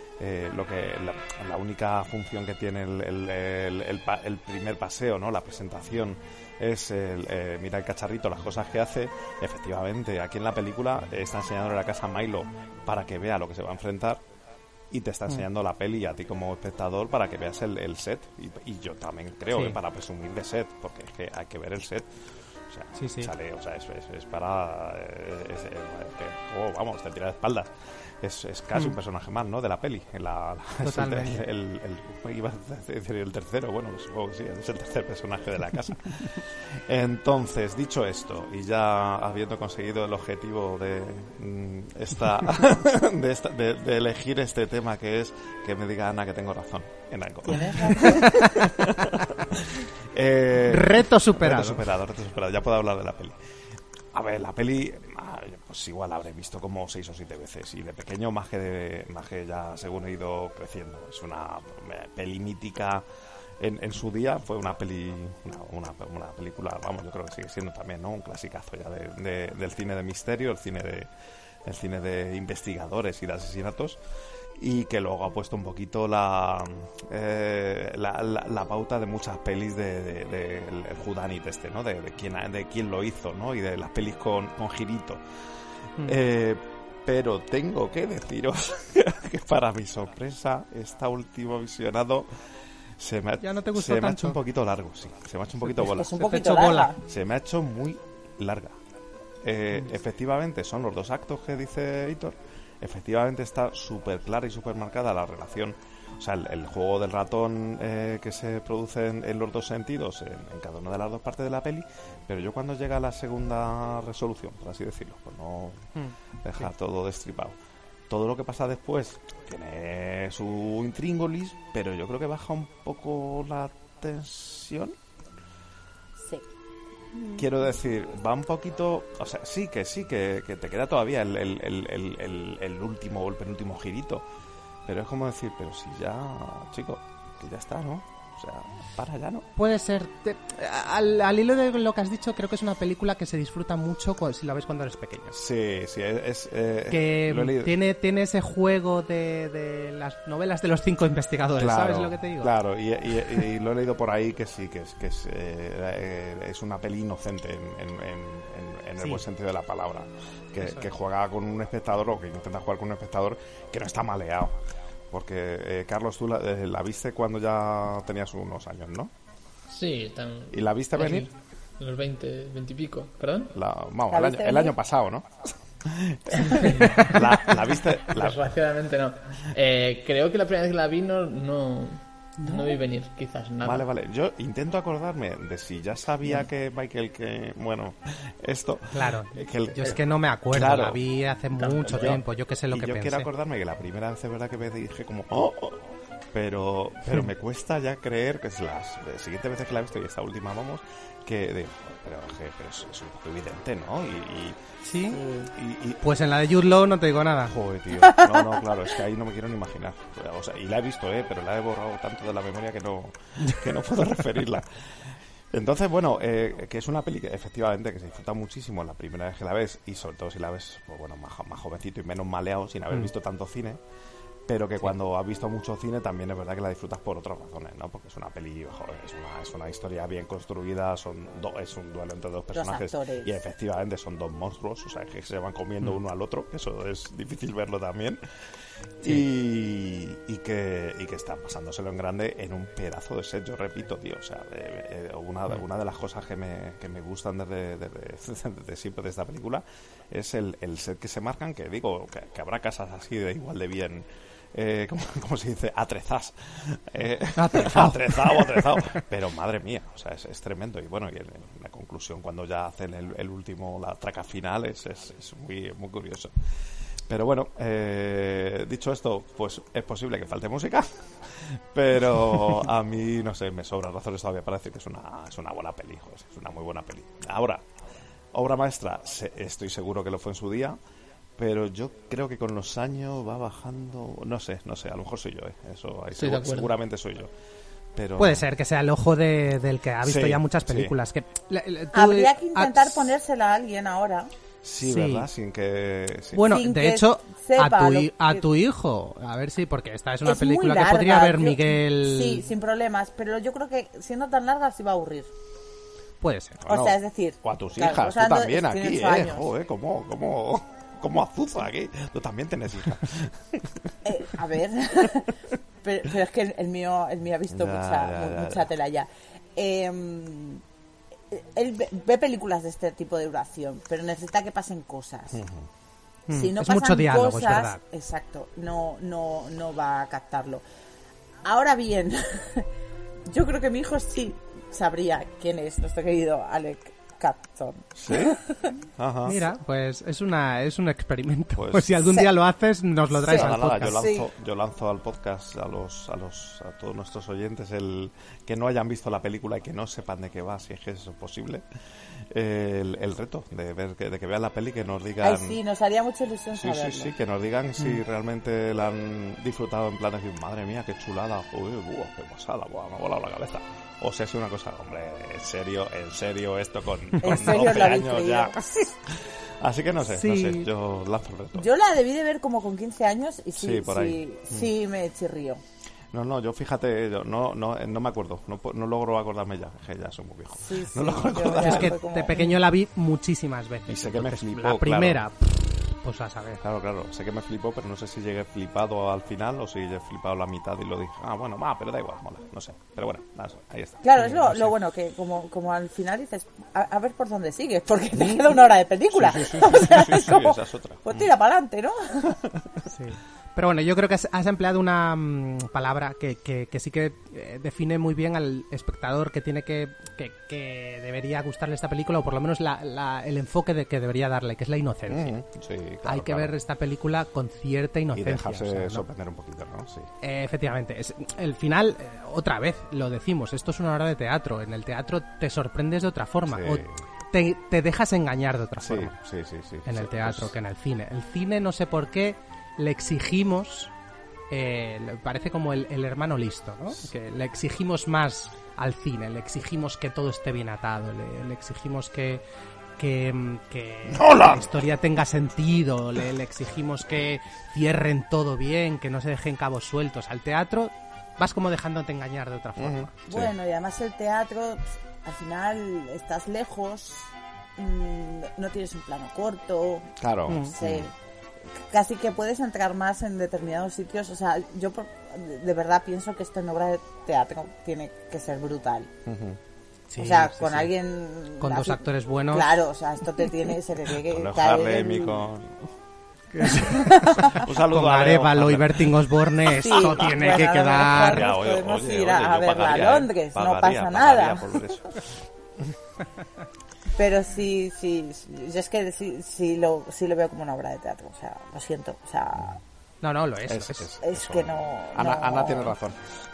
la única función que tiene el primer paseo, ¿no?, la presentación, es mira el cacharrito, las cosas que hace. Efectivamente, aquí en la película está enseñándole la casa a Milo para que vea lo que se va a enfrentar, y te está enseñando la peli a ti como espectador para que veas el set, y yo también creo que para presumir de set, porque es que hay que ver el set. O sea, sale, o sea, es para te tira de espaldas. Es casi un personaje más, ¿no?, de la peli. Totalmente. Iba a decir el tercero, supongo que sí, es el tercer personaje de la casa. Entonces, dicho esto, y ya habiendo conseguido el objetivo de de elegir este tema, que es que me diga Ana que tengo razón en algo. Reto superado. Ya puedo hablar de la peli. A ver, la peli, pues igual la habré visto como 6 o 7 veces, y de pequeño más que ya según he ido creciendo. Es una peli mítica, en su día fue una película, vamos, yo creo que sigue siendo también, ¿no? Un clasicazo ya del cine de misterio, el cine de investigadores y de asesinatos, y que luego ha puesto un poquito la pauta de muchas pelis de el whodunit este, ¿no? De quién lo hizo, ¿no? Y de las pelis con girito. Pero tengo que deciros que para mi sorpresa, esta último visionado se me ha hecho un poquito largo, sí. Se me ha hecho un poquito bola. Es un poquito larga. Se me ha hecho muy larga. Efectivamente, son los 2 actos que dice Hitor. Efectivamente está súper clara y súper marcada la relación. O sea, el juego del ratón que se produce en los 2 sentidos, en cada una de las 2 partes de la peli. Pero yo cuando llega a la segunda resolución, por así decirlo, pues no dejar todo destripado. Todo lo que pasa después tiene su intríngulis, pero yo creo que baja un poco la tensión. Sí. Quiero decir, va un poquito... O sea, sí que te queda todavía el último o el penúltimo girito. Pero es como decir, pero si ya, chico, que ya está, ¿no? O sea, para ya, ¿no? Puede ser. Al hilo de lo que has dicho, creo que es una película que se disfruta mucho si la ves cuando eres pequeño. Sí, es que tiene ese juego de las novelas de los 5 investigadores, claro, ¿sabes lo que te digo? Claro, y lo he leído por ahí que sí, que es una peli inocente en el buen sentido de la palabra. Que juega con un espectador, o que intenta jugar con un espectador que no está maleado. Porque, Carlos, tú la viste cuando ya tenías unos años, ¿no? Sí. ¿Y la viste venir? Los 20 y pico, ¿perdón? El año pasado, ¿no? ¿La viste? Desgraciadamente no. Creo que la primera vez que la vi no vi venir, quizás nada. Vale. Yo intento acordarme de si ya sabía que Michael, esto... Claro, yo es que no me acuerdo, claro, la vi hace mucho tiempo, yo que sé lo que pensé. Yo quiero acordarme que la primera vez es verdad que me dije como... Pero me cuesta ya creer que es las siguientes veces que la he visto, y esta última, vamos, que digo, pero es un poco evidente, ¿no? ¿Sí? Pues en la de Jude Law no te digo nada. Joder, tío. No, claro, es que ahí no me quiero ni imaginar. O sea, y la he visto, pero la he borrado tanto de la memoria que no puedo referirla. Entonces, bueno, que es una peli que efectivamente que se disfruta muchísimo la primera vez que la ves, y sobre todo si la ves, pues bueno, más jovencito y menos maleado, sin haber visto tanto cine. Pero que cuando has visto mucho cine también es verdad que la disfrutas por otras razones, ¿no? Porque es una peli, joder, es una historia bien construida, es un duelo entre 2 personajes, y efectivamente son 2 monstruos, o sea, que se van comiendo uno al otro, que eso es difícil verlo también. Sí. Y que está pasándoselo en grande en un pedazo de set, yo repito, tío, o sea, una de las cosas que me gustan desde siempre de esta película es el set que se marcan, que digo, que habrá casas así de igual de bien... ¿cómo se dice? Atrezado. Atrezado. Pero madre mía, o sea, es tremendo. Y bueno, y en la conclusión, cuando ya hacen el último, la traca final, es muy, muy curioso. Pero bueno, dicho esto, pues es posible que falte música, pero a mí, no sé, me sobran razones todavía para decir que es una buena peli, joder, es una muy buena peli. Ahora, obra maestra, estoy seguro que lo fue en su día, pero yo creo que con los años va bajando, no sé, a lo mejor soy yo, eso seguramente soy yo. Pero... Puede ser que sea el ojo del que ha visto ya muchas películas. Sí. Habría que intentar ponérsela a alguien ahora. Sí, ¿verdad? Sin que... Bueno, sin de que hecho, sepa a tu hijo, a ver si, porque esta es una película que podría ver Miguel... Sí, sin problemas, pero yo creo que siendo tan larga sí va a aburrir. Puede ser. Bueno, o sea, es decir... O a tus hijas, tú también aquí, Joder, ¿cómo azuza aquí? Tú también tienes hija. A ver... pero es que el mío ha visto mucha tela ya. Él ve películas de este tipo de duración, pero necesita que pasen cosas. Si no es pasan mucho diálogo, cosas, es verdad. Exacto, no va a captarlo. Ahora bien, yo creo que mi hijo sí sabría quién es nuestro querido Alec Capp. Stone. ¿Sí? Ajá. Mira, pues es un experimento. Pues- Pues si algún día lo haces, nos lo traes Sí. al Nada, podcast. yo lanzo al podcast a todos nuestros oyentes el que no hayan visto la película y que no sepan de qué va, si es que eso es posible, el reto de que vean la peli, que nos digan Ay, sí, nos haría mucha ilusión sí, saberlo. sí, que nos digan si realmente la han disfrutado en plan de decir, madre mía, qué chulada, joder, buah, qué pasada, buah, me ha volado la cabeza. O sea, si una cosa, hombre, en serio esto con En serio 12 lo habéis años creído. ya. Así que no sé, Sí. yo lanzo el reto. Yo la debí de ver como con 15 años y Sí, por ahí. sí me chirrió. No, yo fíjate, yo no me acuerdo, no logro acordarme ya, que ya soy muy viejo. Sí, No sí, lo yo recuerdo. ya Es que fue como- de pequeño la vi muchísimas veces. Y sé que me Entonces, flipó, la primera, pues a saber. Claro, sé que me flipó, pero no sé si llegué flipado al final o si llegué flipado a la mitad y lo dije, bueno, pero da igual, mola, no sé. Pero bueno, nada, ahí está. Claro, es lo bueno, que como al final dices, a ver por dónde sigues, porque te queda una hora de película. Sí, O sea, sí, es sí, como, esa es otra. pues tira para adelante, ¿no? Sí. Pero bueno, yo creo que has empleado una palabra que sí que define muy bien al espectador que tiene que debería gustarle esta película, o por lo menos el enfoque que debería darle, que es la inocencia. Sí, claro, Hay que ver esta película con cierta y inocencia. dejarse o sea, ¿no? sorprender un poquito, ¿no? Sí. Efectivamente, el final, otra vez, lo decimos, esto es una obra de teatro. En el teatro te sorprendes de otra forma, Sí. o te dejas engañar de otra Sí, forma sí. en Sí, el teatro pues, que en el cine. El cine, no sé por qué, le exigimos, parece como el hermano listo, ¿no? Que le exigimos más al cine, le exigimos que todo esté bien atado, le exigimos que la historia tenga sentido, le exigimos que cierren todo bien, que no se dejen cabos sueltos. Al teatro vas como dejándote engañar de otra forma. sí. Bueno, y además el teatro, al final estás lejos, no tienes un plano corto, Claro. sí. Casi que puedes entrar más en determinados sitios. O sea, yo de verdad pienso que esto en obra de teatro tiene que ser brutal. Sí, o sea, sí, con sí. alguien... Con dos actores buenos. Claro, o sea, esto se le tiene que Con los caer Harlem y el- con... Un saludo Con a Leo Arevalo y Harlem. Bertín Osborne, Sí, esto tiene bueno, que a lo quedar... mejor Ya, nos podemos ir yo a verla a pagaría, Londres, no pagaría pasa nada. por ver eso. Pero sí, yo es que sí lo veo como una obra de teatro, o sea, lo siento, o sea, No, lo es. es eso. que no... Ana tiene razón.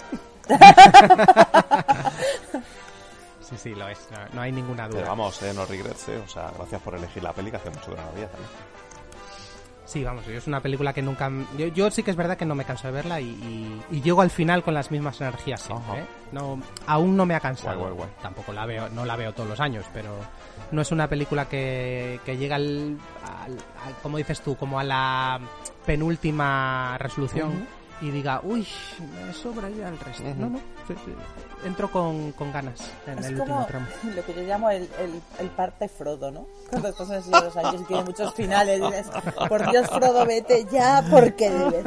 Sí, lo es. No hay ninguna duda. Pero vamos, no regrets, o sea, gracias por elegir la peli, que hace mucho que no la veía también. Sí, vamos, es una película que nunca... Yo sí que es verdad que no me canso de verla y llego al final con las mismas energías siempre, Ajá. ¿eh? No, aún no me ha cansado. Guay. Tampoco no la veo todos los años, pero no es una película que llega como dices tú, como a la penúltima resolución y diga, uy, me sobra ya el resto. No, sí. Entro con ganas en Es el como último tramo. lo que yo llamo el parte Frodo, ¿no? Cuando estás en el Señor de los Anillos y tiene muchos finales y dices, por Dios, Frodo, vete ya, porque debes.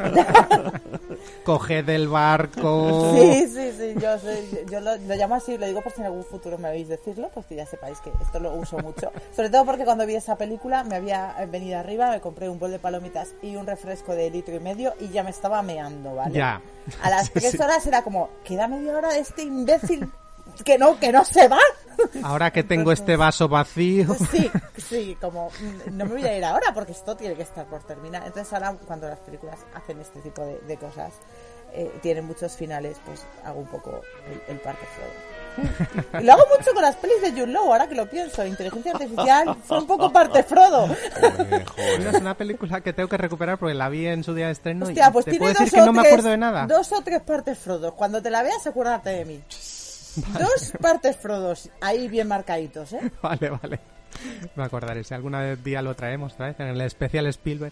Coge del barco. Sí, yo lo llamo así, lo digo por si en algún futuro me oís decirlo, pues que ya sepáis que esto lo uso mucho. Sobre todo porque cuando vi esa película me había venido arriba, me compré un bol de palomitas y un refresco de 1,5 litros y ya me estaba meando, ¿vale? Ya. A las Sí, 3 horas era como, queda media hora de este imbécil que no se va. Ahora que tengo este vaso vacío. Sí, como no me voy a ir ahora porque esto tiene que estar por terminar. Entonces ahora cuando las películas hacen este tipo de cosas, tienen muchos finales, pues hago un poco el parte Frodo. Y lo hago mucho con las pelis de Jude Law, ahora que lo pienso. Inteligencia Artificial fue un poco parte Frodo. Es una película que tengo que recuperar porque la vi en su día de estreno. Hostia, y pues te tiene puedo dos decir que o no me tres- acuerdo de nada. 2 o 3 partes Frodo. Cuando te la veas, acuérdate de mí. 2 partes Frodos, ahí bien marcaditos, ¿eh? Vale. Me acordaré. Si alguna día lo traemos otra vez en el especial Spielberg.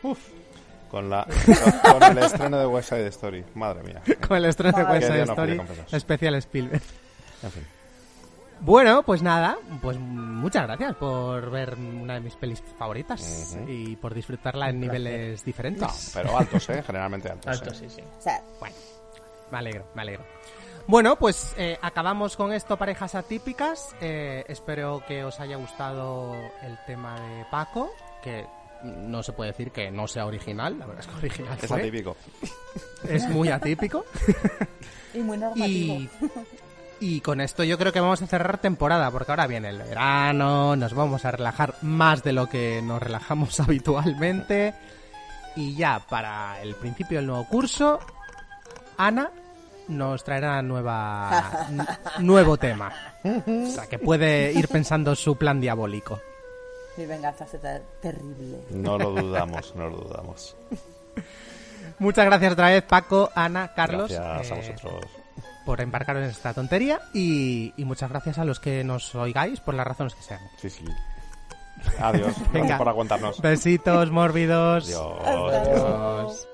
Con el estreno de West Side Story, madre mía. Con el estreno de Madre West Side mía. No Story, podía confesar. especial Spielberg. En fin. Bueno, pues nada, pues muchas gracias por ver una de mis pelis favoritas y por disfrutarla en niveles diferentes. No, pero altos, generalmente altos. Alto, sí. O sea, Bueno, me alegro. Bueno, pues acabamos con esto, parejas atípicas. Espero que os haya gustado el tema de Paco, que no se puede decir que no sea original, la verdad es que original Es fue. atípico. Es muy atípico. y muy normativo. Y con esto yo creo que vamos a cerrar temporada, porque ahora viene el verano, nos vamos a relajar más de lo que nos relajamos habitualmente. Y ya para el principio del nuevo curso, Ana nos traerá nuevo tema. O sea, que puede ir pensando su plan diabólico. Mi venganza será terrible. No lo dudamos, no lo dudamos. Muchas gracias otra vez, Paco, Ana, Carlos. Gracias a vosotros. Por embarcaros en esta tontería y muchas gracias a los que nos oigáis por las razones que sean. Sí. Adiós. Gracias por aguantarnos. Besitos mórbidos. Adiós. Adiós.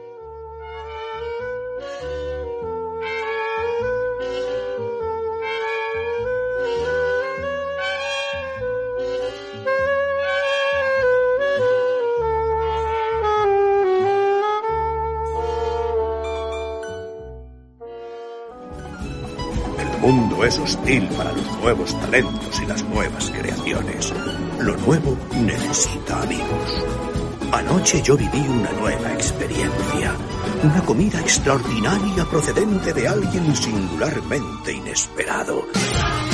El mundo es hostil para los nuevos talentos y las nuevas creaciones. Lo nuevo necesita amigos. Anoche yo viví una nueva experiencia. Una comida extraordinaria procedente de alguien singularmente inesperado.